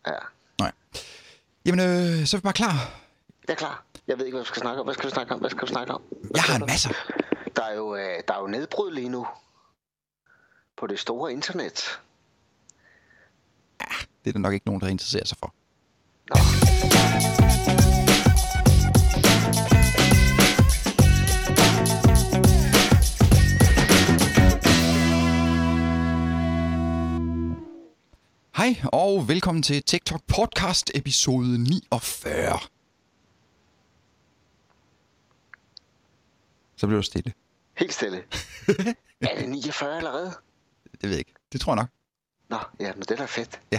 Ja. Nej. Jamen, så er vi bare klar. Jeg er klar. Jeg ved ikke, hvad vi skal snakke om. Hvad skal vi snakke om? Jeg har en masse. Der er jo nedbrud lige nu. På det store internet. Ja, det er der nok ikke nogen, der interesserer sig for. Nå. Hej og velkommen til TikTok Podcast episode 49. Så bliver du stille. Helt stille. Er det 49 allerede? Det ved jeg ikke. Det tror jeg nok. Nå, ja, men det er da fedt. Ja.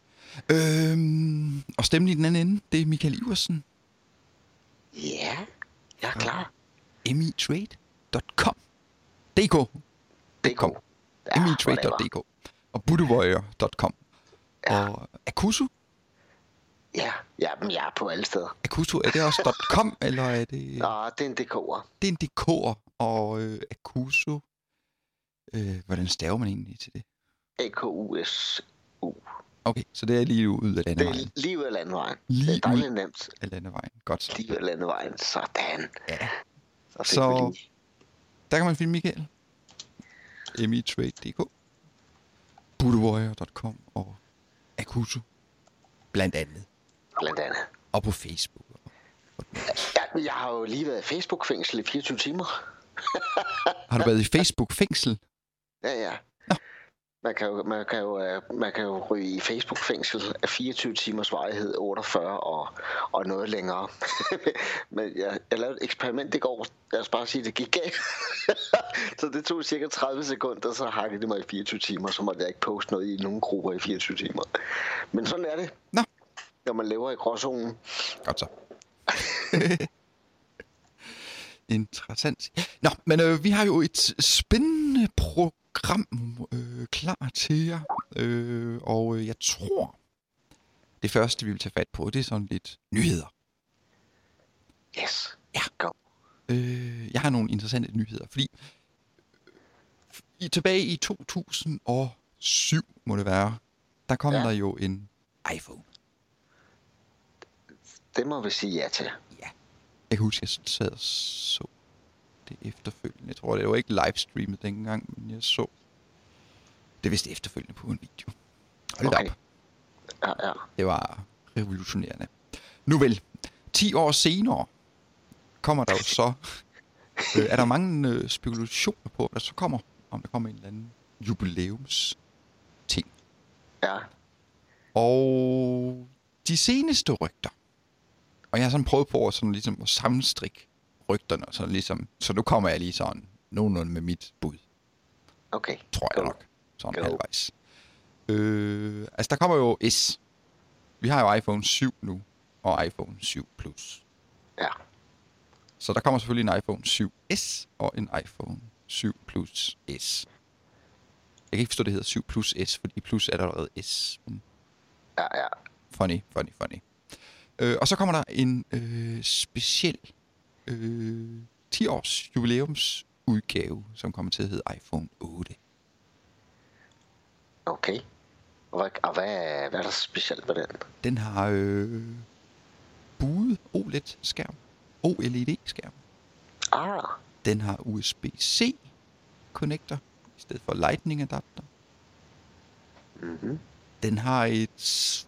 Og stemmen i den anden ende, det er Michael Iversen. Ja, jeg er klar. mitrade.com DK. Ja, mitrade.dk og buddhawarrior.com og Akusu. Ja, men jeg er på alle steder. Akusu, er det også .com, eller er det... Nå, det er en DK'er. Det er en DK'er, og Akusu... hvordan staver man egentlig til det? AKUSU. Okay, så det er lige ud af landevejen. Det er lige ud af landevejen. Lige det er dejligt ud nemt. af landevejen. Godt så. Lige ud af landevejen. Sådan. Ja. Så Der kan man finde Michael. mitrade.dk buddhawarrior.com og Akusu. Blandt andet. Og på Facebook. Ja, jeg har jo lige været i Facebook-fængsel i 24 timer. Har du været i Facebook-fængsel? Ja. Nå. Man kan jo ryge i Facebook-fængsel af 24 timers varighed, 48 og noget længere. Men jeg lavede et eksperiment i går. Jeg skal bare sige, at det gik galt. Så det tog cirka 30 sekunder, så hakkede det mig i 24 timer. Så måtte jeg ikke poste noget i nogen grupper i 24 timer. Men sådan er det. Nå. Når man lever i gråzonen. Godt så. Interessant. Nå, men vi har jo et spændende program klar til jer. Og jeg tror, det første, vi vil tage fat på, det er sådan lidt nyheder. Yes. Ja. Go. Jeg har nogle interessante nyheder, fordi tilbage i 2007, må det være, der kom der jo en iPhone. Det må vi sige ja til. Ja. Jeg kan huske, jeg sad og så det efterfølgende. Jeg tror, det var ikke livestreamet dengang, men jeg så det vist efterfølgende på en video. Hold op. Ja. Det var revolutionerende. Nu vel, 10 år senere kommer der jo så... er der mange spekulationer på, at der så kommer, om der kommer en eller anden jubilæumsting. Ja. Og de seneste rygter, og jeg har sådan prøvet på at, sådan ligesom at sammenstrikke rygterne, sådan ligesom, så nu kommer jeg lige sådan nogenlunde med mit bud. Okay. Tror jeg nok. Sådan halvvejs. Altså der kommer jo S. Vi har jo iPhone 7 nu, og iPhone 7 Plus. Ja. Så der kommer selvfølgelig en iPhone 7S og en iPhone 7 Plus S. Jeg kan ikke forstå, det hedder 7 Plus S, fordi Plus er der allerede S. Men... Ja. Funny. Og så kommer der en speciel 10-års jubilæumsudgave, som kommer til at hedde iPhone 8. Okay. Og hvad er der specielt ved den? Den har buet OLED-skærm. OLED-skærm. Den har USB-C connector i stedet for Lightning adapter. Mm-hmm. Den har et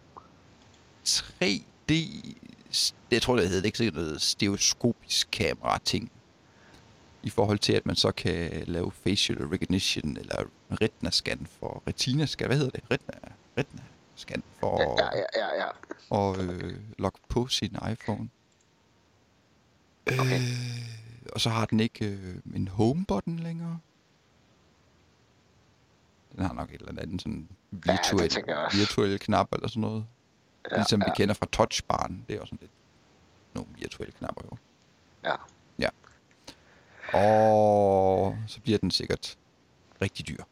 3D, jeg tror det hedder, det ikke sikkert noget stereoskopisk kamera ting. I forhold til at man så kan lave facial recognition eller retina-scan for retina-scan. Hvad hedder det? Retina-scan for Ja. og logge på sin iPhone. Okay. Og så har den ikke en home-button længere. Den har nok et eller andet sådan virtuel knap eller sådan noget. Ja, ligesom vi kender fra touchbaren. Det er også sådan lidt nogle virtuelle knapper jo. Ja. Og så bliver den sikkert rigtig dyr.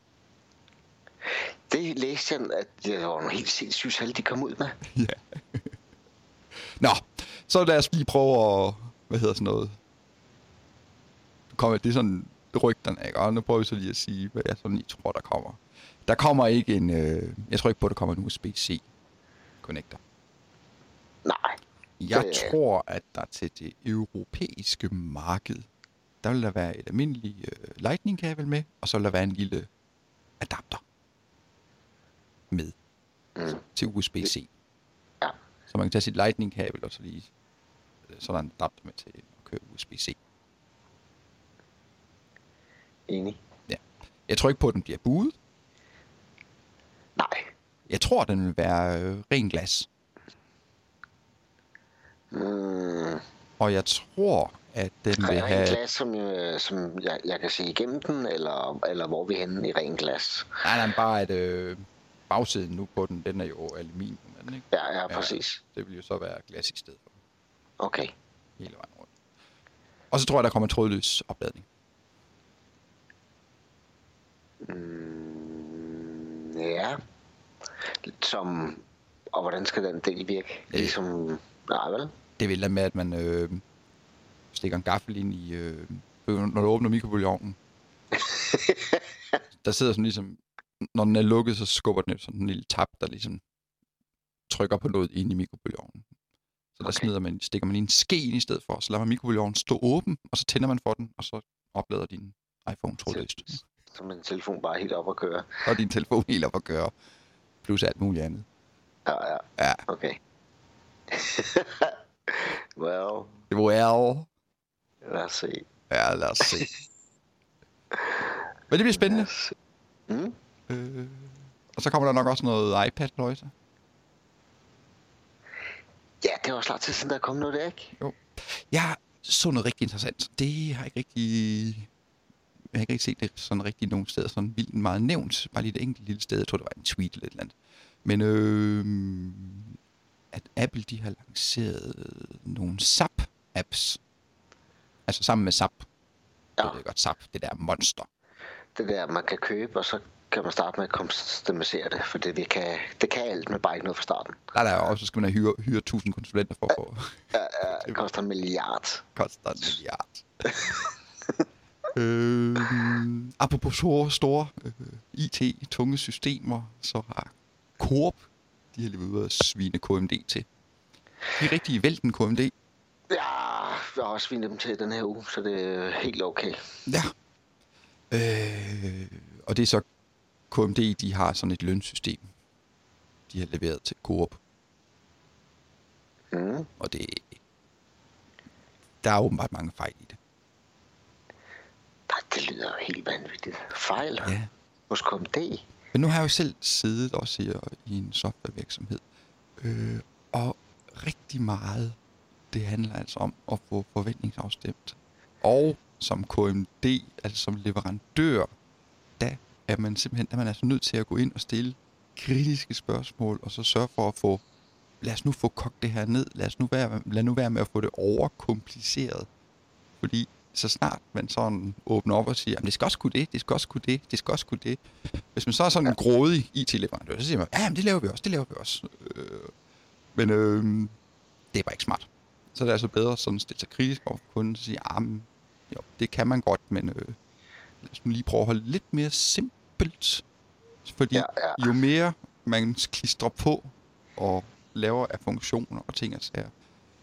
Det læste jeg, at det var nogle helt sindssygt tal, de kom ud med. Ja. Nå, så lad os lige prøve at... Hvad hedder sådan noget? Det er sådan rygterne, ikke? Og nu prøver vi så lige at sige, hvad jeg sådan lige tror, der kommer. Der kommer ikke en... jeg tror ikke på, at der kommer en USB-C connector. Nej. Jeg tror, at der til det europæiske marked, der vil der være et almindeligt lightning-kabel med, og så vil der være en lille adapter med til USB-C. Ja. Så man kan tage sit lightning-kabel, og så lige så er der en adapter med til at køre USB-C. Enig. Ja. Jeg tror ikke på, at den bliver buet. Nej. Jeg tror, den vil være ren glas. Og jeg tror, at den vil have... Ren glas, som jeg kan se igennem den, eller hvor vi henne i ren glas? Nej, bare at bagsiden nu på den er jo aluminium, ikke? Ja, præcis. Det vil jo så være glas i stedet for. Okay. Hele vejen rundt. Og så tror jeg, der kommer trådløs opladning. Ja. Og hvordan skal den del virke? Ligesom... Nej, vel? Det vil da med, at man stikker en gaffel ind i... når du åbner mikrobølgeovnen. Der sidder sådan ligesom... Når den er lukket, så skubber den sådan en lille tab, der ligesom trykker på noget ind i mikrobølgeovnen. Så der stikker man en ske ind i stedet for, så lader man mikrobølgeovnen stå åben, og så tænder man for den, og så oplader din iPhone trådløst. Så min telefon bare helt op at køre. Og din telefon helt op at køre. Plus alt muligt andet. Ja. Okay. Well. Lad os se. Ja, lad os se. Men det bliver spændende. Og så kommer der nok også noget iPad-løjse. Ja, det var også lang tid siden, der kom noget der, ikke? Jo. Jeg så noget rigtig interessant. Det har jeg ikke rigtig set det sådan rigtig nogen steder, sådan vildt meget nævnt. Bare lige et enkelt lille sted. Jeg tror, det var en tweet eller et eller andet. Men at Apple, de har lanceret nogle Zap-apps. Altså sammen med Zap. Ja. Det er godt Zap, det der monster. Det der, man kan købe, og så kan man starte med at customisere det, for det kan alt, men bare ikke noget fra starten. Nej, og så skal man hyre 1000 konsulenter for at få... Ja, det koster en milliard. Apropos store IT-tunge systemer, så har Coop, de har lige været ude at svine KMD til. De er rigtig vælten KMD. Ja, jeg har også svinet dem til den her uge, så det er helt okay. Ja. Og det er så KMD, de har sådan et lønsystem, de har leveret til Coop. Og der er åbenbart mange fejl i det. Det lyder jo helt vanvittigt. Fejl? Ja. Hos KMD? Men nu har jeg jo selv siddet også i en softwarevirksomhed. Og rigtig meget, det handler altså om at få forventningsafstemt. Og som KMD, altså som leverandør, der er man simpelthen altså nødt til at gå ind og stille kritiske spørgsmål, og så sørge for at få, lad os nu få kogt det her ned, lad nu være med at få det overkompliceret. Fordi så snart man sådan åbner op og siger, det skal også kunne det, det skal også kunne det, det skal også kunne det. Hvis man så er sådan en grådig IT-leverandør, så siger man, ja, det laver vi også. Men det er bare ikke smart. Så er det altså bedre sådan at stille sig kritisk over for kunden og sige, jo, det kan man godt, men lad os nu lige prøve at holde lidt mere simpelt. Fordi jo mere man klistrer på og laver af funktioner og ting og sager,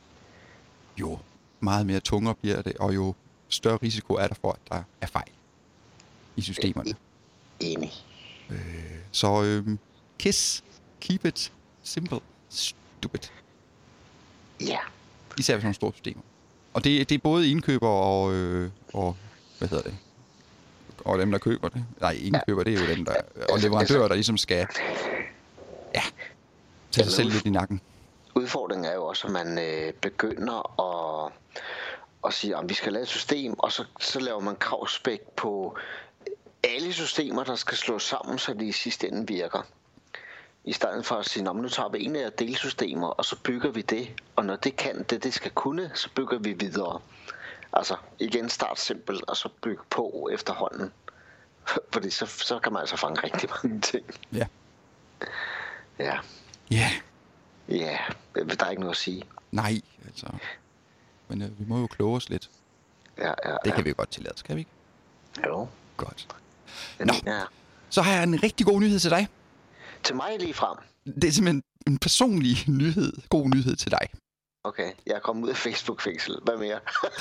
jo meget mere tungere bliver det, og jo større risiko er der for, at der er fejl i systemerne. Enig. Så KISS, keep it simple, stupid. Ja. Især ved sådan nogle store systemer. Og det er både indkøber og hvad hedder det? Og dem, der køber det. Nej, indkøber, det er jo dem, der... Og leverandører, der ligesom skal... Ja, tage sig selv lidt i nakken. Udfordringen er jo også, at man begynder at sige, at vi skal lave et system, og så laver man kravspæk på alle systemer, der skal slås sammen, så de i sidste ende virker. I stedet for at sige, nu tager vi en af delsystemer, og så bygger vi det, og når det kan det skal kunne, så bygger vi videre. Altså igen start simpelt, og så bygge på efterhånden. Fordi så kan man altså fange rigtig mange ting. Ja. Ja. Ja. Ja, der er ikke noget at sige. Nej, altså. Men vi må jo kloge os lidt. Ja. Det kan vi jo godt tillade, skal vi ikke? Jo. Godt. Nå, så har jeg en rigtig god nyhed til dig. Til mig lige frem? det er simpelthen en personlig nyhed, god nyhed til dig. Okay, jeg er kommet ud af Facebook-fængsel. Hvad mere?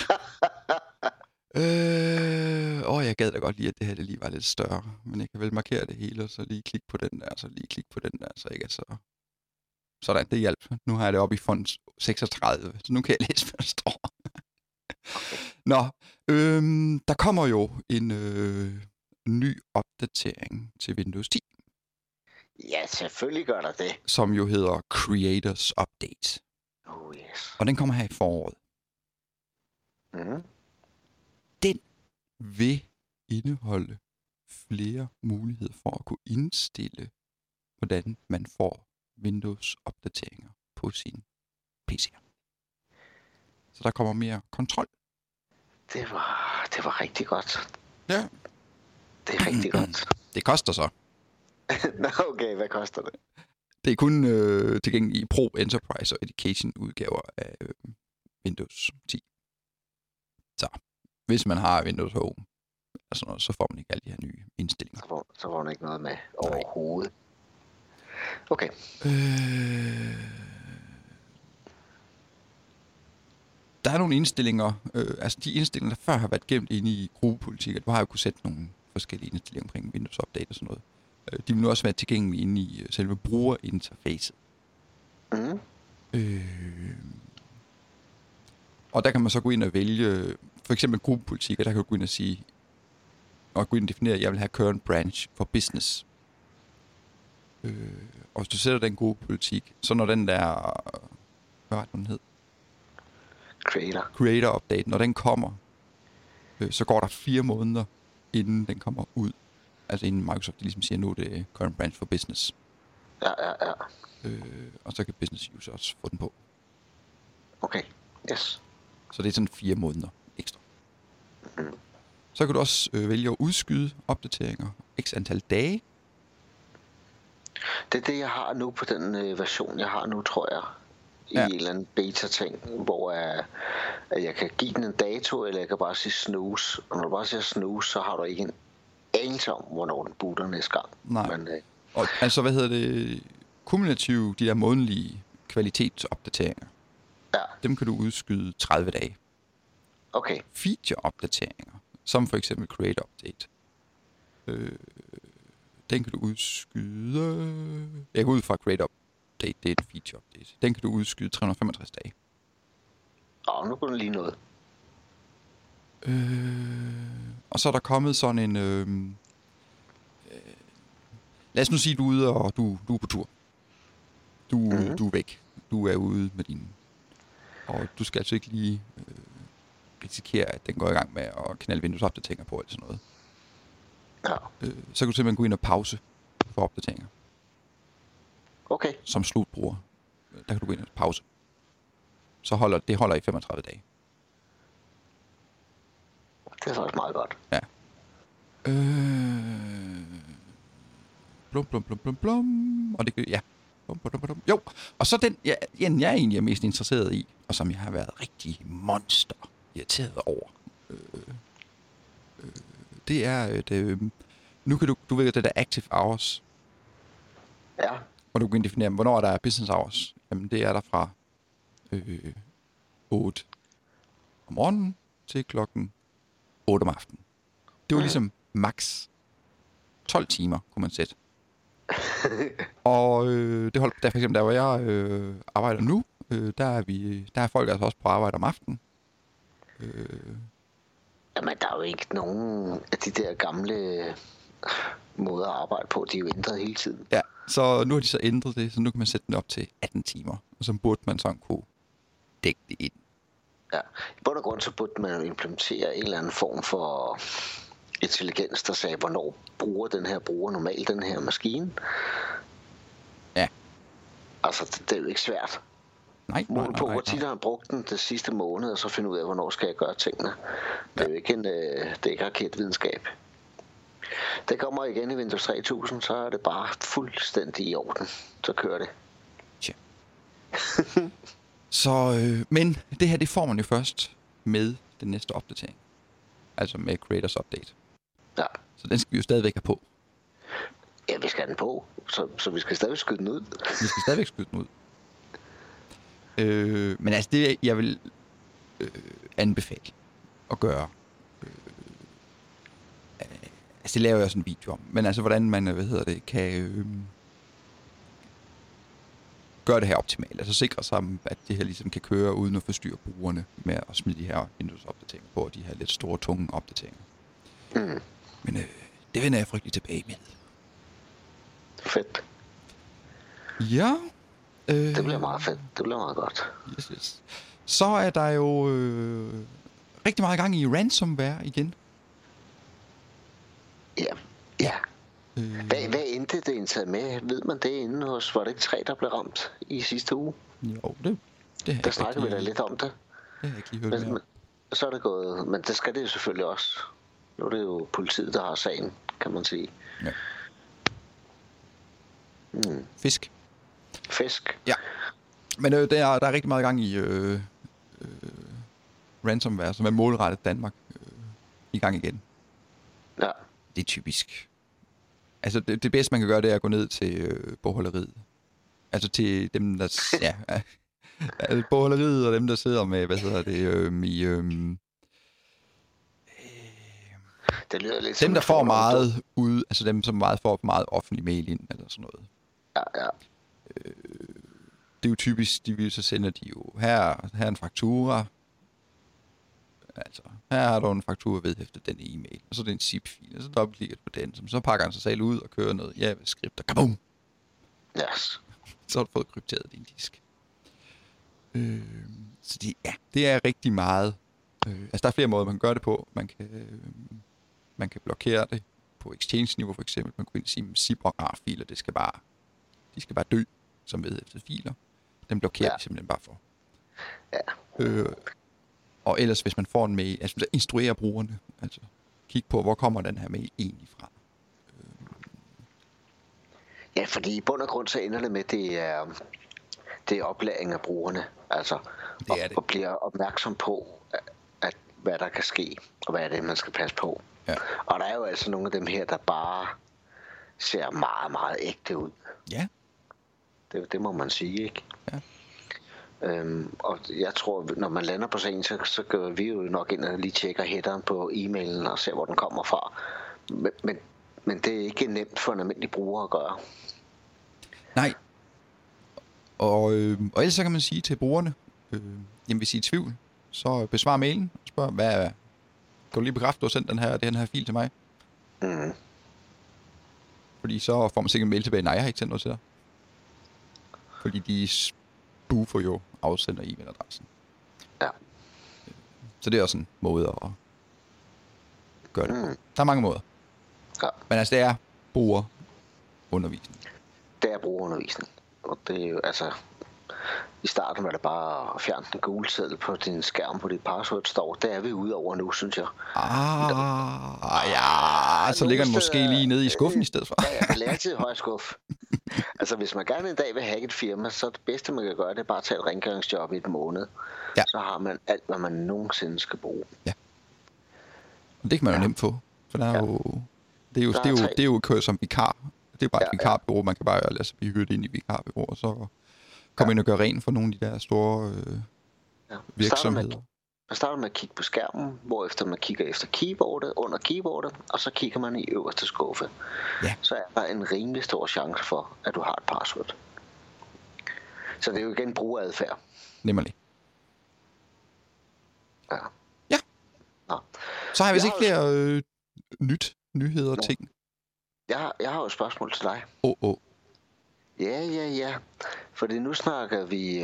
Jeg gad da godt lige, at det her det lige var lidt større. Men jeg kan vel markere det hele, og så lige klikke på den der, så lige klikke på den der, så ikke er så... Sådan, det hjalp. Nu har jeg det oppe i font 36, så nu kan jeg læse, hvad der står. Nå, der kommer jo en ny opdatering til Windows 10. Ja, selvfølgelig gør der det. Som jo hedder Creators Update. Oh yes. Og den kommer her i foråret. Mm. Den vil indeholde flere muligheder for at kunne indstille, hvordan man får Windows-opdateringer på sin PC. Så der kommer mere kontrol. Det var rigtig godt. Ja. Det er rigtig godt. Det koster så. Nå, okay, hvad koster det? Det er kun tilgængeligt i Pro, Enterprise og Education udgaver af Windows 10. Så hvis man har Windows Home, altså noget, så får man ikke alle de her nye indstillinger. Så får man ikke noget med overhovedet. Okay. Der er nogle indstillinger, altså de indstillinger, der før har været gemt inde i gruppepolitik, du har jo kunnet sætte nogle forskellige indstillinger omkring Windows Update og sådan noget. De vil nu også være tilgængelige inde i selve brugerinterfacet. Mm. Og der kan man så gå ind og vælge, for eksempel gruppepolitik, og der kan du gå ind og sige, og gå ind og definere, at jeg vil have current branch for business. Og hvis du sætter den gruppepolitik, så når den der, hvad var den hed? Creator Update, når den kommer, så går der 4 måneder, inden den kommer ud. Altså inden Microsoft ligesom siger, nu er det current branch for business. Ja. Og så kan business users få den på. Okay, yes. Så det er sådan 4 måneder ekstra. Mm. Så kan du også vælge at udskyde opdateringer x antal dage. Det er det, jeg har nu på den version, jeg har nu, tror jeg. I en eller anden beta-ting, hvor at jeg kan give den en dato, eller jeg kan bare sige snooze. Og når du bare siger snooze, så har du ikke en anelse om, hvornår den booter næste gang. Nej. Men, og altså, kumulative, de der månedlige kvalitetsopdateringer. Ja. Dem kan du udskyde 30 dage. Okay. Feature-opdateringer, som for eksempel Create Update. Den kan du udskyde... Jeg går ud fra Create Update, det er et feature update. Den kan du udskyde 365 dage. Nu går den lige noget. Og så er der kommet sådan en... lad os nu sige, du er ude, og du er på tur. Du er væk. Du er ude med din... Og du skal altså ikke lige risikere, at den går i gang med at knalde Windows-opdateringer på eller sådan noget. Ja. Så kan du simpelthen gå ind og pause for opdateringer. Okay. Som slutbruger. Der kan du gå ind og pause. Så holder i 35 dage. Det er faktisk meget godt. Ja. Blum. Og det ja. Jo, og så den, jeg egentlig er mest interesseret i, og som jeg har været rigtig monster irriteret over, det er, at nu kan du ved, det der active hours. Ja. Og du kan definere, hvornår der er business hours. Jamen, det er der fra 8 om morgenen til klokken 8 om aftenen. Det var ligesom max 12 timer, kunne man sætte. Og det holdt der for eksempel, der hvor jeg arbejder nu, der er folk altså også på arbejde om aftenen. Jamen, der er jo ikke nogen af de der gamle måder at arbejde på, de er jo ændret hele tiden. Ja, så nu har de så ændret det, så nu kan man sætte den op til 18 timer, og så burde man sådan kunne dække det ind. Ja, i bund og grund så burde man jo implementere en eller anden form for intelligens, der sagde, hvornår bruger normalt den her maskine. Ja. Altså, det er jo ikke svært. Nej. Hvor tit har han brugt den det sidste måned, og så finde ud af, hvornår skal jeg gøre tingene. Det er jo ikke det er ikke raketvidenskab. Det kommer igen i Windows 3000, så er det bare fuldstændig i orden. Så kører det. Tja. Så, men det her, det får man jo først med den næste opdatering. Altså med Creators Update. Ja. Så den skal vi jo stadigvæk have på. Ja, vi skal have den på, så vi skal stadig skyde den ud. Vi skal stadigvæk skyde den ud. Men altså, det jeg vil anbefale at gøre. Altså, det laver jeg sådan en video om. Men altså, hvordan man, kan gøre det her optimalt. Altså sikre sig, at det her ligesom kan køre uden at forstyrre brugerne med at smide de her Windows-opdateringer på, og de her lidt store, tunge opdateringer. Men det vender jeg frygteligt tilbage med. Fedt. Ja. Det bliver meget fedt. Det bliver meget godt. Yes. Så er der jo rigtig meget gang i ransomware igen. Ja. Hvad endte det indtaget med? Ved man det inde hos, var det ikke 3, der blev ramt i sidste uge? Jo, det der snakker vi da lidt om det. Det har jeg ikke lige hørt men så er det gået, men det skal det jo selvfølgelig også. Nu er det jo politiet, der har sagen, kan man sige. Ja. Fisk. Fisk. Ja. Men der er rigtig meget gang i ransomware, som er målrettet Danmark i gang igen. Ja. Det er typisk. Altså det bedste man kan gøre, det er at gå ned til bogholderiet. Altså til dem der altså, bogholderiet og dem der sidder med det lyder lidt dem der får meget ud, altså dem som får meget offentlig mail ind eller sådan noget. Ja. Det er jo typisk, så sender de jo her er en faktura. Altså, her har du en faktura vedhæftet den e-mail, og så er det en zip-fil, og så dobbeltklikker du på den, så pakker han sig selv ud og kører noget JavaScript, og kabum! Yes. Så har du fået krypteret din disk. Så det er rigtig meget. Altså, der er flere måder, man kan gøre det på. Man kan blokere det på Exchange-niveau, for eksempel. Man kan sige, at zip-og-rar-filer, de skal bare dø som vedhæftede filer. Den blokerer vi simpelthen bare for. Ja. Og ellers, hvis man får en mail, altså instruere brugerne, altså kig på, hvor kommer den her mail egentlig fra. Ja, fordi i bund og grund så ender det med, det er oplæring af brugerne, altså og bliver opmærksom på, at hvad der kan ske, og hvad er det, man skal passe på. Ja. Og der er jo altså nogle af dem her, der bare ser meget, meget ægte ud. Ja. Det må man sige, ikke? Ja. Og jeg tror, når man lander på sagen, så gør vi jo nok ind og lige tjekker headeren på e-mailen og ser, hvor den kommer fra. Men det er ikke nemt for en almindelig bruger at gøre. Nej. Og ellers så kan man sige til brugerne, jamen hvis I er i tvivl, så besvar mailen og spørg, kan du lige bekræfte, du har sendt den her fil til mig? Fordi så får man sikkert en mail tilbage, nej, jeg har ikke sendt noget til dig. Fordi de spoofer jo afsender e-mailadressen. Ja. Så det er også en måde at gøre det på. Der er mange måder. Ja. Men altså, det er brugerundervisning. Det er brugerundervisning. Og det er jo, altså, i starten var det bare at fjerne den gule seddel på din skærm, på dit password står. Der er vi ude over nu, synes jeg. Så ligger den måske lige nede i skuffen i stedet for. Ja, det er altid i høj skuff. Altså, hvis man gerne en dag vil hacke et firma, så det bedste, man kan gøre, det er bare at tage et rengøringsjob i et måned. Ja. Så har man alt, hvad man nogensinde skal bruge. Ja. Og det kan man jo nemt få. For der er jo... Det er jo kørt som vikar. Det er bare et vikarbureau. Man kan bare lade sig blive hyret ind i vikarbureau, og så komme ind og gøre rent for nogle af de der store virksomheder. Man starter med at kigge på skærmen, hvorefter man kigger efter keyboardet, under keyboardet, og så kigger man i øverste skuffe. Ja. Så er der en rimelig stor chance for, at du har et password. Så det er jo igen brugeradfærd. Nemlig. Ja. Ja. Nå. Så har jeg vist ikke flere nyheder og ting. Jeg har jo et spørgsmål til dig. Ja. Fordi nu snakker vi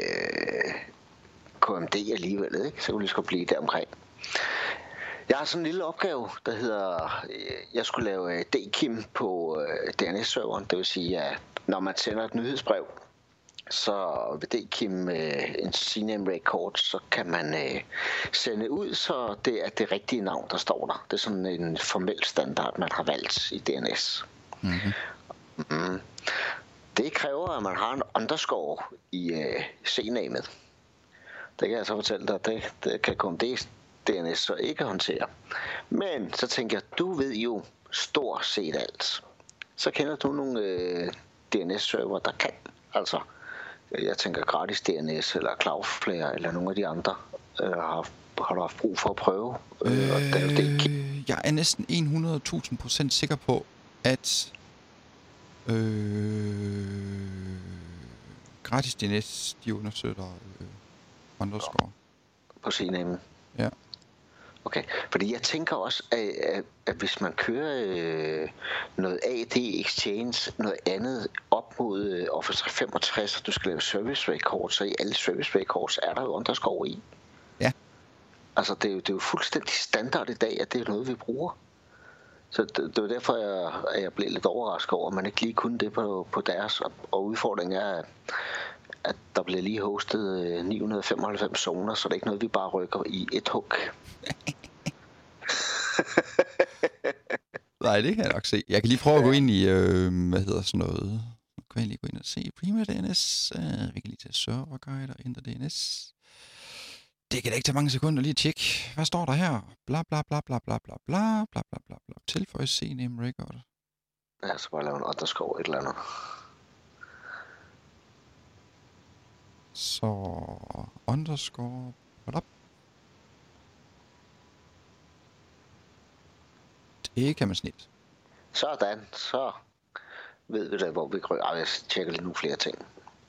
KMD alligevel, ikke? Så kan vi lige skal blive der omkring. Jeg har sådan en lille opgave, der hedder, jeg skulle lave DKIM på DNS-serveren. Det vil sige, at når man sender et nyhedsbrev, så ved DKIM en CNAME record, så kan man sende ud, så det er det rigtige navn, der står der. Det er sådan en formel standard, man har valgt i DNS. Det kræver, at man har en underscore i CNAME'et. Det kan jeg så fortælle dig, det kan KMD DNS så ikke håndtere. Men så tænker jeg, du ved jo stort set alt. så kender du nogle DNS-server, der kan. Altså, jeg tænker gratis DNS eller Cloudflare eller nogle af de andre. Har du haft brug for at prøve? Jeg er næsten 100.000% sikker på, at gratis DNS, de understøtter underscore. På CNAME? Ja. Okay, fordi jeg tænker også, at hvis man kører noget AD Exchange, noget andet op mod Office 365, og du skal lave service records, så i alle service records er der jo underscore i. Ja. Altså, det er jo fuldstændig standard i dag, at det er noget, vi bruger. Så det var derfor, jeg blev lidt overrasket over, at man ikke lige kunne det på deres. Og udfordringen er, at der bliver lige hostet 995 zoner, så det er ikke noget, vi bare rykker i et hug. Nej, det kan jeg nok se. Jeg kan lige prøve at gå ind i, hvad hedder sådan noget. Nu kan jeg lige gå ind og se Prima DNS. Vi kan lige tage serverguide og ændre DNS. Det kan da ikke tage mange sekunder lige at tjekke. Hvad står der her? Bla bla bla bla bla bla bla bla bla bla bla. Tilføj CNAME record. Ja, så bare lave en underscore et eller andet. Så underscore op. Det kan man snit. Sådan, så ved vi da, hvor vi kryger. Jeg tjekker lige nogle flere ting,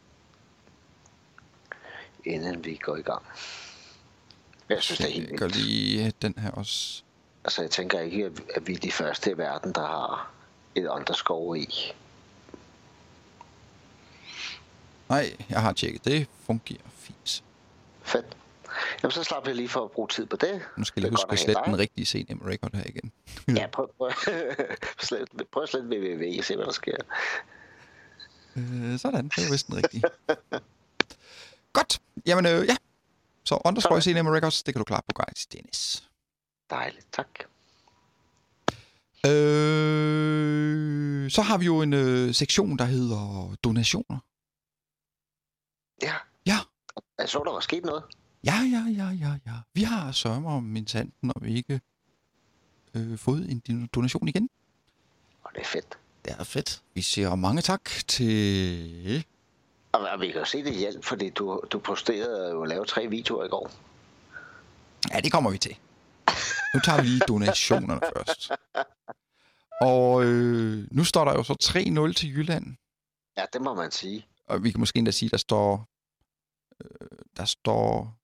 inden vi går i gang. Jeg synes, det er helt vildt. Jeg gør lige den her også. Altså, jeg tænker ikke, at vi er de første i verden, der har et underscore i. Nej, jeg har tjekket. Det fungerer fint. Fedt. Jamen, så slapper jeg lige for at bruge tid på det. Nu skal jeg lige huske at slette den rigtige CNAME record her igen. Ja, prøv at slette www og se, hvad der sker. Sådan, det var vist den rigtige. Godt. Jamen, ja. Så underscore CNAME records, det kan du klare på gratis DNS. Dejligt, tak. Så har vi jo en sektion, der hedder donationer. Ja. Ja. Jeg så, der var sket noget. Ja. Vi har sørget om min tanten, og vi ikke fået en donation igen. Og det er fedt. Det er fedt. Vi siger mange tak til... Og vi kan jo se det hjælp, fordi du posterede jo at lave 3 videoer i går. Ja, det kommer vi til. Nu tager vi lige donationerne først. Og nu står der jo så 3-0 til Jylland. Ja, det må man sige. Og vi kan måske endda sige, der står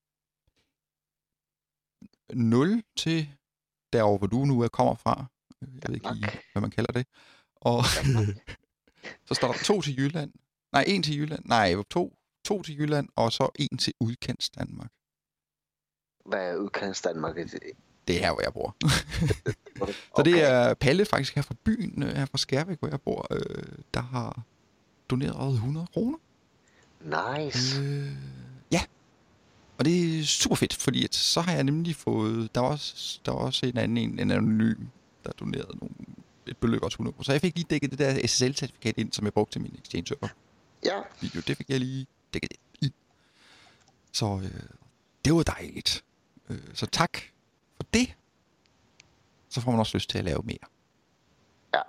0 til derovre, hvor du nu kommer fra. Jeg ved ikke lige, hvad man kalder det. Og så står der 2 til Jylland. Nej, 1 til Jylland. Nej, 2 til Jylland, og så 1 til udkants Danmark. Hvad er udkants Danmark? Det er her, hvor jeg bor. Okay. Så det er Palle faktisk her fra byen, her fra Skærvæk, hvor jeg bor, der har doneret 100 kroner. Nice. Ja. Og det er super fedt, fordi så har jeg nemlig fået... Der var også en anonym, der donerede et beløb også 100 kroner. Så jeg fik lige dækket det der SSL-certifikat ind, som jeg brugte til min Exchange-server. Ja. Video, det fik jeg lige dækket ind. Så det var dejligt. Så tak for det. Så får man også lyst til at lave mere. Ja.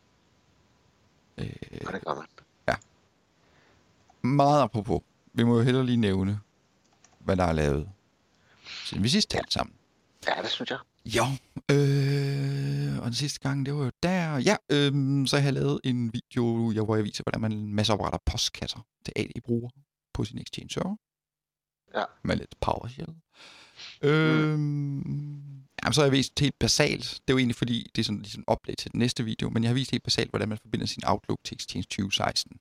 Og det gør man. Ja. Meget apropos. Vi må jo hellere lige nævne, hvad der er lavet, siden vi sidst talte sammen. Ja, det synes jeg. Jo. Og den sidste gang, det var jo der. Ja, så har jeg lavet en video, hvor jeg viser, hvordan man masseopretter postkasser til AD-brugere på sin Exchange-server. Ja. Med lidt PowerShell. Jamen, så har jeg vist helt basalt. Det er jo egentlig fordi, det er sådan ligesom oplæg til den næste video, men jeg har vist helt basalt, hvordan man forbinder sin Outlook til Exchange 2016.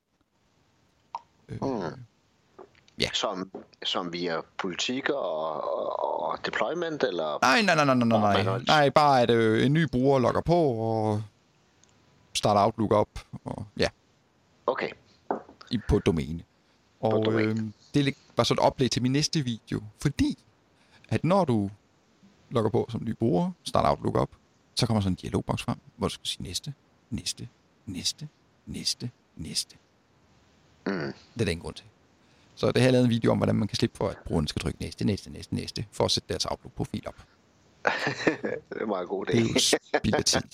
Ja. Som via politik og deployment, eller? Nej. Nej, bare at en ny bruger logger på og starter Outlook op. Og, ja. Okay. På domæne. Og det var så et oplæg til min næste video, fordi at når du logger på som ny bruger, starter Outlook op, så kommer sådan en dialogboks frem, hvor du skal sige næste. Det er den grund til. Så det har jeg lavet en video om, hvordan man kan slippe for, at brugeren skal trykke næste, for at sætte deres Outlook-profil op. Det er en meget god idé. Det er jo spild af tid.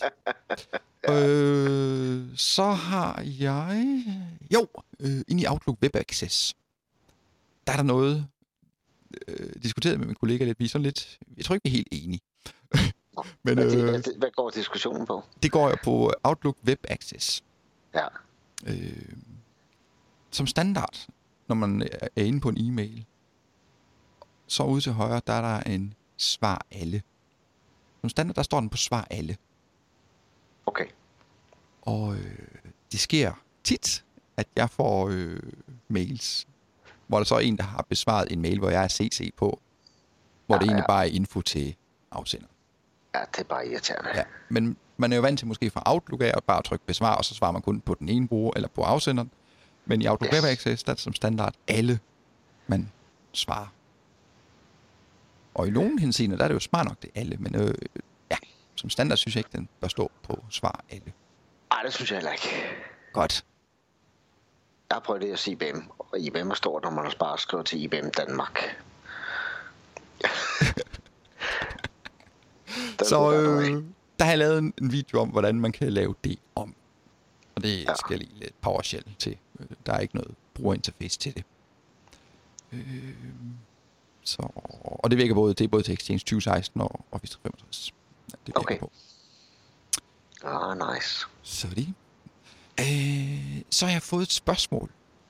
Så har jeg... inde i Outlook Web Access, der er der noget, diskuteret med min kollega lidt. Vi er sådan lidt... Jeg tror ikke, vi er helt enige. Men, hvad går diskussionen på? Det går jo på Outlook Web Access. Ja. Som standard, når man er inde på en e-mail, så ude til højre, der er der en svar alle. Som standard, der står den på svar alle. Okay. Og det sker tit, at jeg får mails, hvor der så er en, der har besvaret en mail, hvor jeg er CC på, hvor det egentlig bare er info til afsender. Ja, det er bare irriterende. Ja, men man er jo vant til måske fra Outlook af at bare trykke besvar, og så svarer man kun på den ene bruger eller på afsenderen. Men i Outlook Web Access, der er det som standard alle, man svarer. Og i nogen henseender, der er det jo smart nok, det er alle, men som standard synes jeg ikke, den bør stå på svar alle. Nej, det synes jeg heller ikke. Godt. Jeg har prøvet det at sige IBM, og IBM står, når man bare skriver til IBM Danmark. Så der har jeg lavet en video om, hvordan man kan lave det om. Og det skal lige lidt PowerShell til. Der er ikke noget brugerinterface til det. Og det virker både til Exchange 2016 og Office 365. Ja, det virker på. Nice. Så det. Så har jeg fået et spørgsmål.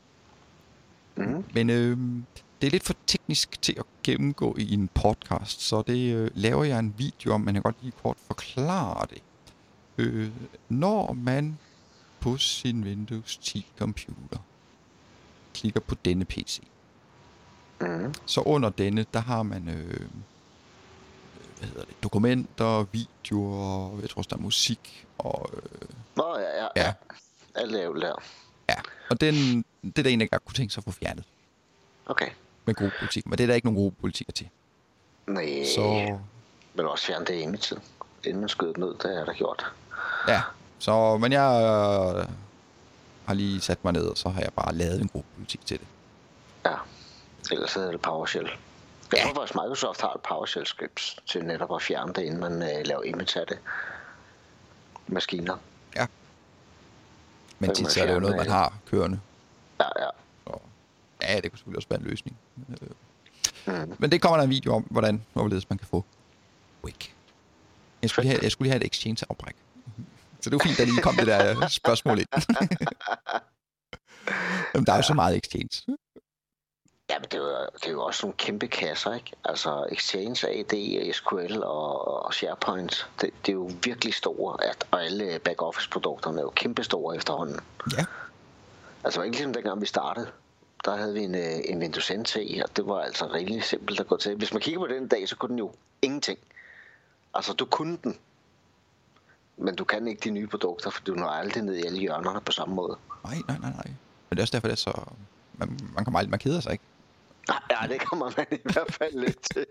Men det er lidt for teknisk til at gennemgå i en podcast, så det laver jeg en video om, men jeg kan godt lige kort forklare det. Når man på sin Windows 10 computer klikker på denne PC, så under denne, der har man dokumenter, videoer, jeg tror også der er musik og ja. Alt er jo der. Ja, og det er der en, jeg godt kunne tænke sig at få fjernet. Okay. Med gode politik, men det er der ikke nogen gode politikker til. Nej. Så men også fjerne det inden i tid. Inden man skyder ned, det er der gjort. Ja, men jeg har lige sat mig ned, og så har jeg bare lavet en god politik til det. Ja, ellers er det PowerShell. Jeg tror faktisk, Microsoft har et PowerShell script til netop at fjerne det, inden man laver image af det. Maskiner. Ja. Men tit så er det jo noget, man har kørende. Ja. Og, det kunne selvfølgelig også være en løsning. Men det kommer der en video om, hvorledes man kan få Wake. Jeg skulle lige have et Exchange-afbræk. Så det var fint, at lige kom det der spørgsmål ind. Jamen, der er jo så meget Exchange. Ja, men det er jo også nogle kæmpe kasser, ikke? Altså Exchange, AD, SQL og SharePoint, det er jo virkelig store, og alle back-office-produkterne er jo kæmpe store efterhånden. Ja. Altså det var ikke ligesom dengang vi startede. Der havde vi en Windows NT, og det var altså rigtig simpelt at gå til. Hvis man kigger på den dag, så kunne den jo ingenting. Altså du kunne den, men du kan ikke de nye produkter, for du når aldrig ned i alle hjørnerne på samme måde. Nej. Men det er også derfor, det er så... Man kommer aldrig, man keder sig, ikke? Ja, det kommer man i hvert fald lidt til.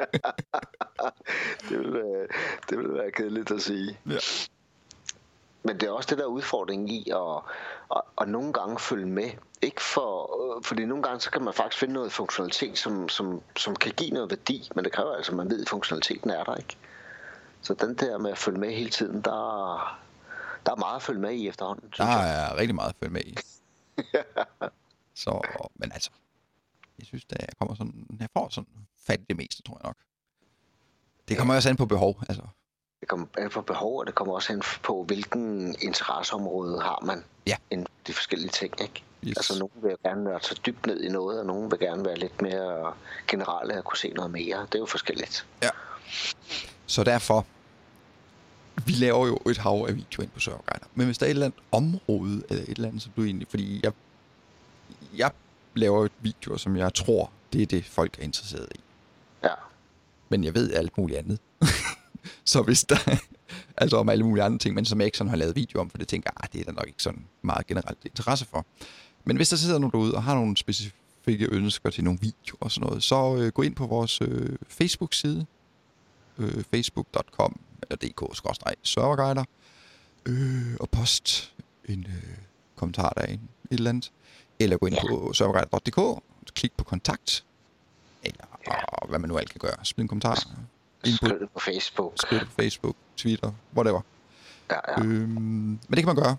det vil være kedeligt at sige. Ja. Men det er også det der udfordring i at nogle gange følge med. Ikke fordi nogle gange så kan man faktisk finde noget funktionalitet, som kan give noget værdi, men det kræver altså, at man ved, at funktionaliteten er der, ikke? Så den der med at følge med hele tiden, der er meget at følge med i efterhånden. Der er rigtig meget at følge med i. Så, men altså, jeg synes, at jeg får sådan fat i det meste, tror jeg nok. Det kommer også an på behov, altså. Det kommer an på behov, og det kommer også an på, hvilken interesseområde har man inden de forskellige ting, ikke? Yes. Altså, nogen vil gerne være så dybt ned i noget, og nogen vil gerne være lidt mere generelle og kunne se noget mere. Det er jo forskelligt. Ja. Så derfor, vi laver jo et hav af video ind på Serverguider. Men hvis der er et eller andet område, eller et eller andet, så bliver egentlig, fordi jeg laver et video, som jeg tror, det er det, folk er interesseret i. Ja. Men jeg ved alt muligt andet. Så hvis der altså om alle mulige andre ting, men som jeg ikke sådan har lavet video om, for det tænker jeg, det er der nok ikke sådan meget generelt interesse for. Men hvis der sidder nogen derude og har nogle specifikke ønsker til nogle videoer og sådan noget, så gå ind på vores Facebook-side, facebook.com eller dk/serverguider, og post en kommentar derinde, et eller andet. Eller gå ind på serverguider.dk, klik på kontakt, eller hvad man nu alt kan gøre. Smid en kommentar. Skriv det på Facebook. Skriv det på Facebook, Twitter, whatever. Ja. Men det kan man gøre.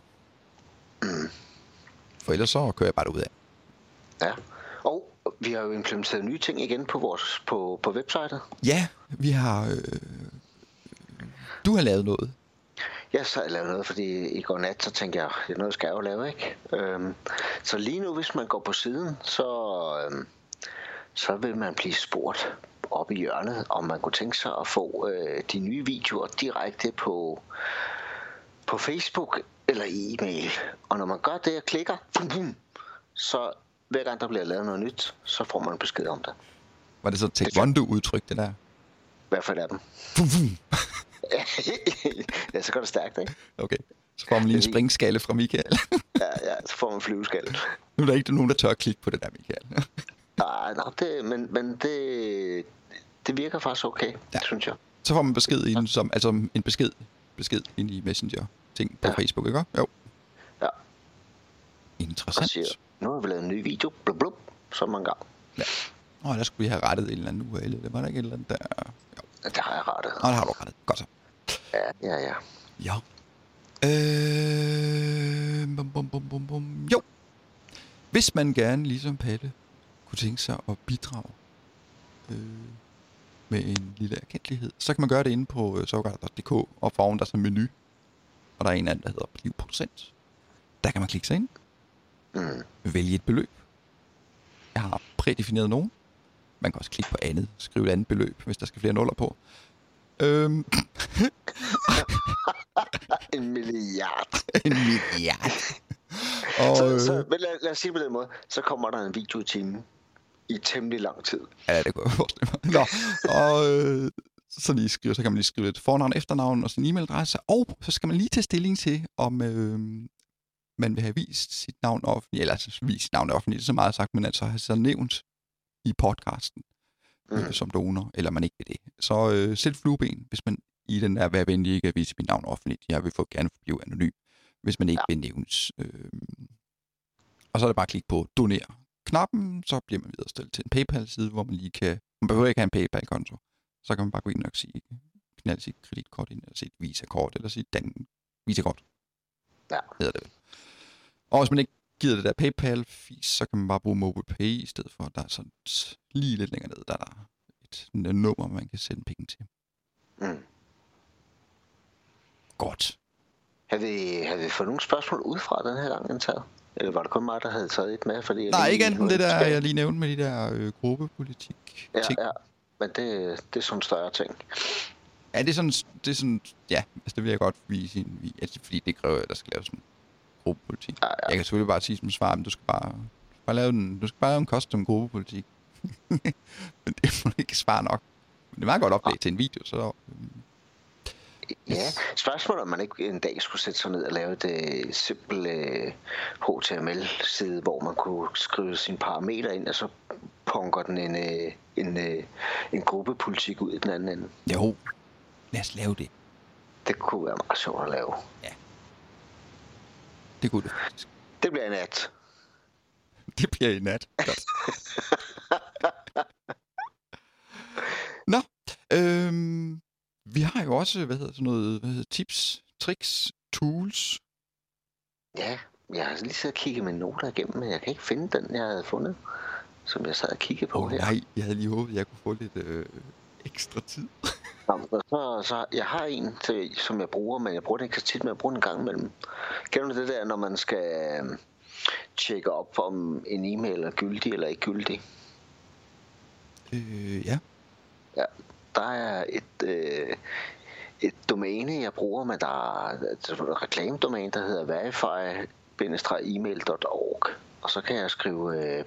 For ellers så kører jeg bare derud af. Ja. Og vi har jo implementeret nye ting igen på på websitet. Ja, vi har... Du har lavet noget. Ja, så har jeg lavet noget, fordi i går nat, så tænkte jeg, det er noget, skal jeg jo lave, ikke? Så lige nu, hvis man går på siden, så vil man blive spurgt op i hjørnet, om man kunne tænke sig at få de nye videoer direkte på Facebook eller e-mail. Og når man gør det og klikker, så hver gang der bliver lavet noget nyt, så får man besked om det. Var det så taekwondo-udtryk, det der? Hvad for af dem? Ja, så går det stærkt, ikke? Okay, så får man lige en springskalle fra Michael. ja, så får man flyveskalle. Nu er der ikke nogen, der tør at klikke på det der, Michael. Nej, men det virker faktisk okay, synes jeg. Så får man besked i den, som, altså en besked ind i Messenger-ting på Facebook, ikke? Jo. Ja. Interessant. Siger, nu har vi lavet en ny video, blub, blub, så man gang. Ja. Der skulle vi have rettet en eller anden URL, det var der ikke et eller andet der... Jo. Ja, det har jeg rettet. Det har du rettet. Godt så. Ja. Ja. Jo. Hvis man gerne, ligesom Palle, kunne tænke sig at bidrage med en lille erkendelighed, så kan man gøre det inde på sovgar.dk, og foran der er en menu, og der er en anden, der hedder Bliv producent. Der kan man klikke sig ind, vælge et beløb. Jeg har prædefineret nogen. Man kan også klikke på andet, skrive et andet beløb, hvis der skal flere nuller på. En milliard. En milliard. Og, men lad os sige på den måde, så kommer der en video i timen i temmelig lang tid. Ja, det kunne jeg forestille mig. Nå, og så kan man lige skrive et fornavn, efternavn og sin e-mailadresse, og så skal man lige tage stilling til, om man vil have vist sit navn offentligt, eller altså vist sit navn offentligt, det er så meget sagt, men altså have så nævnt i podcasten som donor, eller man ikke vil det. Så sæt flueben, hvis man i den der, vær venlig ikke at vise mit navn offentligt. Jeg vil gerne blive anonym, hvis man ikke vil nævnes. Og så er det bare at klikke på doner knappen, så bliver man videre stillet til en PayPal-side, hvor man lige kan... Man behøver ikke have en PayPal-konto. Så kan man bare gå ind og knalde sit kreditkort ind, eller sit Visa-kort, eller sit Visa-kort. Ja. Hedder det. Og hvis man ikke gider det der PayPal-fis, så kan man bare bruge MobilePay i stedet for. Der er sådan lige lidt længere ned, der er et nummer, man kan sende penge til. Godt. Har vi fået nogle spørgsmål udefra den her gang indtaget? Eller var det kun mig, der havde taget et med? Fordi nej, ikke enten det der, jeg lige nævnte med de der gruppepolitik ting. Ja, men det er sådan en større ting. Ja, det er sådan, ja, altså det vil jeg godt vise, fordi det kræver, at der skal laves sådan gruppepolitik. Ja. Jeg kan selvfølgelig bare sige som svar, men du skal bare lave en custom gruppepolitik. Men det må ikke svare nok. Men det er meget godt oplæg til en video, så... Ja, spørgsmålet om man ikke en dag skulle sætte sig ned og lave et simpelt HTML-side, hvor man kunne skrive sine parametre ind, og så punker den en gruppepolitik ud i den anden ende. Jo, lad os lave det. Det kunne være meget sjovt at lave. Ja. Det kunne det faktisk. Det bliver i nat. Det bliver i nat. Godt. Nå, vi har jo også, tips, tricks, tools. Ja, jeg har lige siddet og kigget mine noter igennem, men jeg kan ikke finde den, jeg havde fundet, som jeg sad og kiggede på her. Nej, jeg havde lige håbet, at jeg kunne få lidt ekstra tid. Så jeg har en, som jeg bruger, men jeg bruger den ikke så tit, men jeg bruger den en gang imellem. Kender du det der, når man skal tjekke op, om en e-mail er gyldig eller ikke gyldig? Ja. Ja, der er et domæne, jeg bruger, men der er et reklamedomæne, der hedder verify-email.org. Og så kan jeg skrive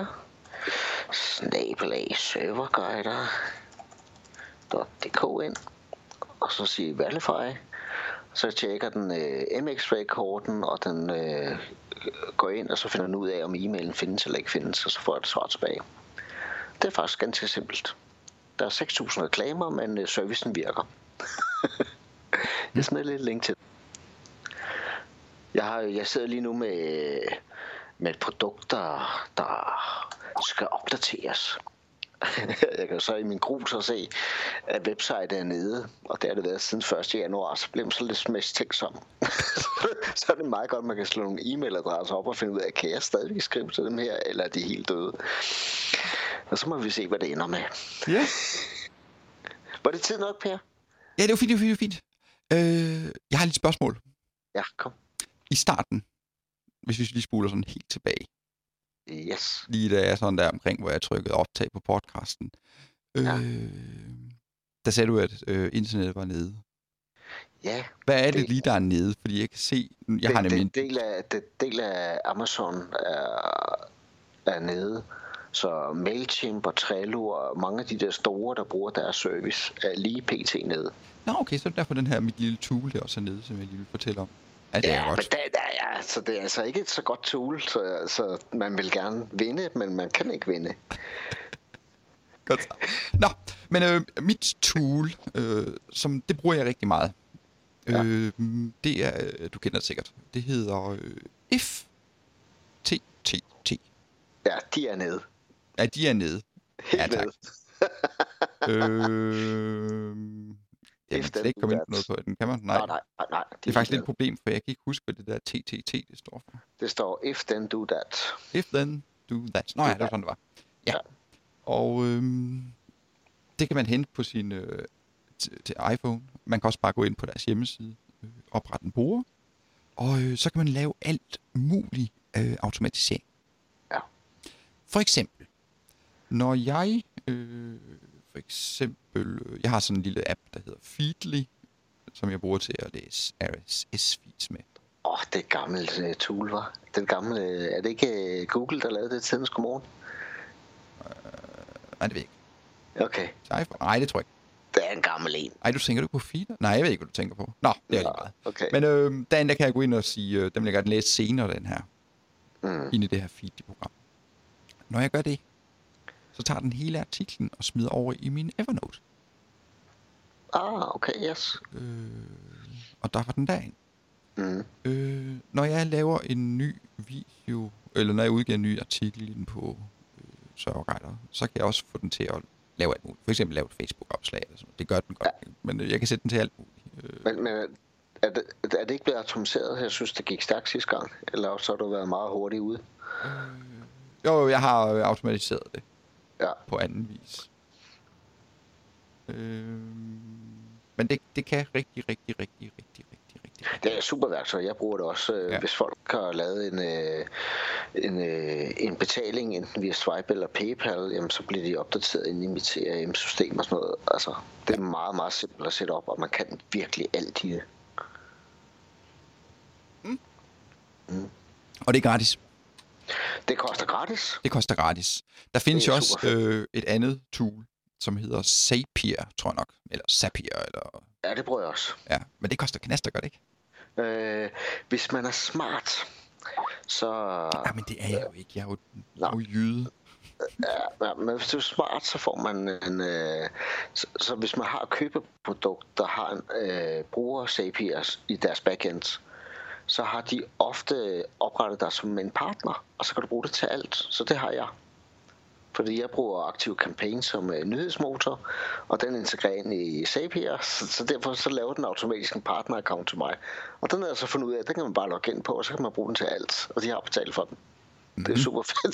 per@serverguider.dk ind, og så sige verify. Så tjekker den MX-Ray-korten, og den går ind, og så finder den ud af, om e-mailen findes eller ikke findes, og så får jeg et svar tilbage. Det er faktisk ganske simpelt. Der er 6.000 reklamer, men servicen virker. Jeg smider lidt link til. Jeg sidder lige nu med et produkt, der skal opdateres. Jeg kan så i min grus og se, at website er nede, og det har det været siden 1. januar, så bliver man så lidt mistænksom. Så er det meget godt, at man kan slå nogle e-mailadresser op og finde ud af, kan jeg stadig skrive til dem her, eller er de helt døde? Og så må vi se, hvad det ender med. Ja. Var det tid nok, Per? Ja, det var fint. Jeg har lidt spørgsmål. Ja, kom. I starten, hvis vi lige spoler sådan helt tilbage. Yes. Lige da jeg sådan der omkring, hvor jeg trykkede optag på podcasten. Der sagde du, at internettet var nede. Ja. Hvad er det lige, der er nede? Fordi jeg kan se... Jeg har nemlig... del af Amazon er nede. Så MailChimp og Trello og mange af de der store, der bruger deres service, er lige pt. Nede. Nå, okay, så er det derfor den her mit lille tool der også er nede, som jeg lige vil fortælle om. Ja, det er godt. Men så det er altså ikke et så godt tool, så man vil gerne vinde, men man kan ikke vinde. Godt. Nå, men mit tool, som det bruger jeg rigtig meget. Ja. Det er, du kender det sikkert. Det hedder FTTT. Ja, de er nede. Ja, de er nede. Helt ja, tak. nede. Jeg kan ikke komme ind på noget på den, kan man? Nej. Det er faktisk lidt et problem, for jeg kan ikke huske, hvad det der TTT det står for. Det står if then do that. If then do that. Nå ja, det var sådan, det var. Ja. Og det kan man hente på sin til iPhone. Man kan også bare gå ind på deres hjemmeside, oprette en bruger, og så kan man lave alt muligt automatisering. Ja. For eksempel, når jeg jeg har sådan en lille app, der hedder Feedly, som jeg bruger til at læse RSS-feeds med. Det er et gammelt tool, var. Den gamle, er det ikke Google, der lavede det tidens godmorgen? Nej, det ved jeg ikke. Okay. Nej, det tror jeg ikke. Det er en gammel en. Ej, du tænker du på Feeder? Nej, jeg ved ikke, hvad du tænker på. Nå, det er lige meget. Okay. Men der kan jeg gå ind og sige, den vil jeg gerne læse senere, den her. Ind i det her Feedly-program. Når jeg gør det, så tager den hele artiklen og smider over i min Evernote. Okay, yes. Og der var den derinde. Når jeg laver en ny video, eller når jeg udgiver en ny artikel inde på Serverguider, så kan jeg også få den til at lave alt muligt. For eksempel lave et Facebook-opslag eller sådan noget. Det gør den godt. Ja. Men jeg kan sætte den til alt muligt. Men er det ikke blevet automatiseret? Jeg synes, det gik stærkt sidste gang. Eller så har du været meget hurtigt ude? Jo, jeg har automatiseret det. Ja. På anden vis. Men det kan rigtig. Det er super værktøj. Jeg bruger det også, hvis folk har lavet en betaling, enten via Stripe eller PayPal, jamen, så bliver de opdateret inde i mit CRM-system og sådan noget. Altså, det er meget, meget simpelt at sætte op, og man kan virkelig alt i det. Og det er gratis. Det koster gratis. Det koster gratis. Der findes jo også et andet tool, som hedder Zapier, tror jeg nok. Eller Zapier, eller... Ja, det bruger jeg også. Ja, men det koster knaster, gør det ikke? Hvis man er smart, så... Ja, men det er jeg jo ikke. Jeg er jo jyde. Ja, men hvis du er smart, så får man en... Så hvis man har et købeprodukt, der har en bruger Zapier i deres backend, så har de ofte oprettet dig som en partner, og så kan du bruge det til alt. Så det har jeg. Fordi jeg bruger Active Campaign som nyhedsmotor, og den integrerer ind i Zapier, så derfor så laver den automatisk en partner-account til mig. Og den er så fundet ud af, at den kan man bare logge ind på, og så kan man bruge den til alt, og de har betalt for den. Det er super fedt.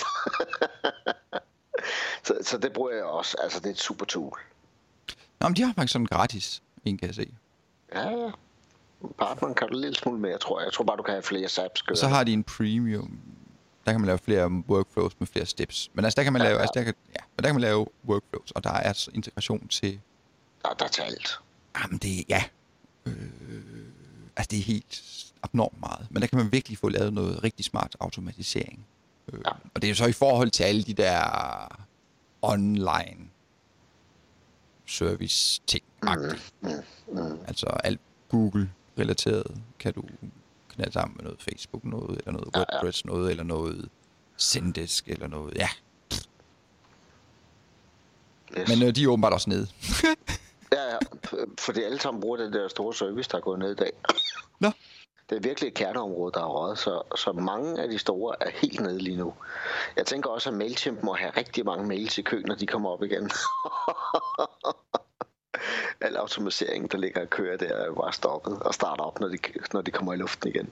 så det bruger jeg også, altså det er et super tool. Nå, men de har faktisk sådan gratis, en kan jeg se. Ja. Partneren kan du en lille smule mere, tror jeg. Jeg tror bare, du kan have flere apps. Og så har de en premium. Der kan man lave flere workflows med flere steps. Men altså, der kan man lave, der kan man lave workflows, og der er altså integration til... Der er til alt. Jamen, det er... Altså, det er helt abnormt meget. Men der kan man virkelig få lavet noget rigtig smart automatisering. Og det er jo så i forhold til alle de der online service-ting-agtigt. Altså, alt Google-relateret kan du knalde sammen med noget Facebook, noget, eller noget WordPress, noget, eller noget Zendesk, eller noget, Yes. Men de er åbenbart også nede. Ja, fordi alle sammen bruger den der store service, der er gået ned i dag. Nå. Det er virkelig et kerneområde, der er røget, så mange af de store er helt nede lige nu. Jeg tænker også, at MailChimp må have rigtig mange mails i kø, når de kommer op igen. Al automatisering, der ligger og kører der, er bare stoppet og starter op, når de kommer i luften igen.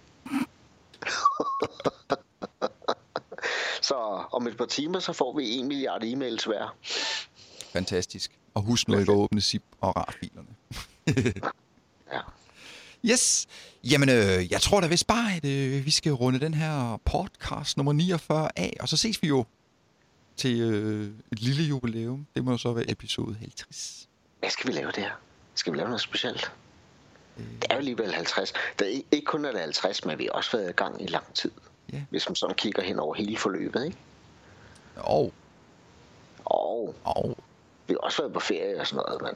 Så om et par timer, så får vi 1 milliard e-mails hver. Fantastisk. Og husk nu ikke at åbne zip og RAR-filerne. Ja. Yes. Jamen, jeg tror da vist bare, at vi skal runde den her podcast nummer 49 af. Og så ses vi jo til et lille jubilæum. Det må jo så være episode 50. Hvad skal vi lave der? Skal vi lave noget specielt? Det er jo alligevel 50. Det er ikke kun er det 50, men vi har også været i gang i lang tid. Ja. Hvis man sådan kigger hen over hele forløbet, ikke? Og vi har også været på ferie og sådan noget, men...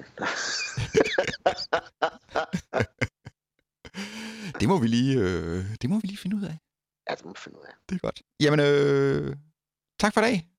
det må vi lige finde ud af. Ja, det må vi finde ud af. Det er godt. Jamen, tak for i dag.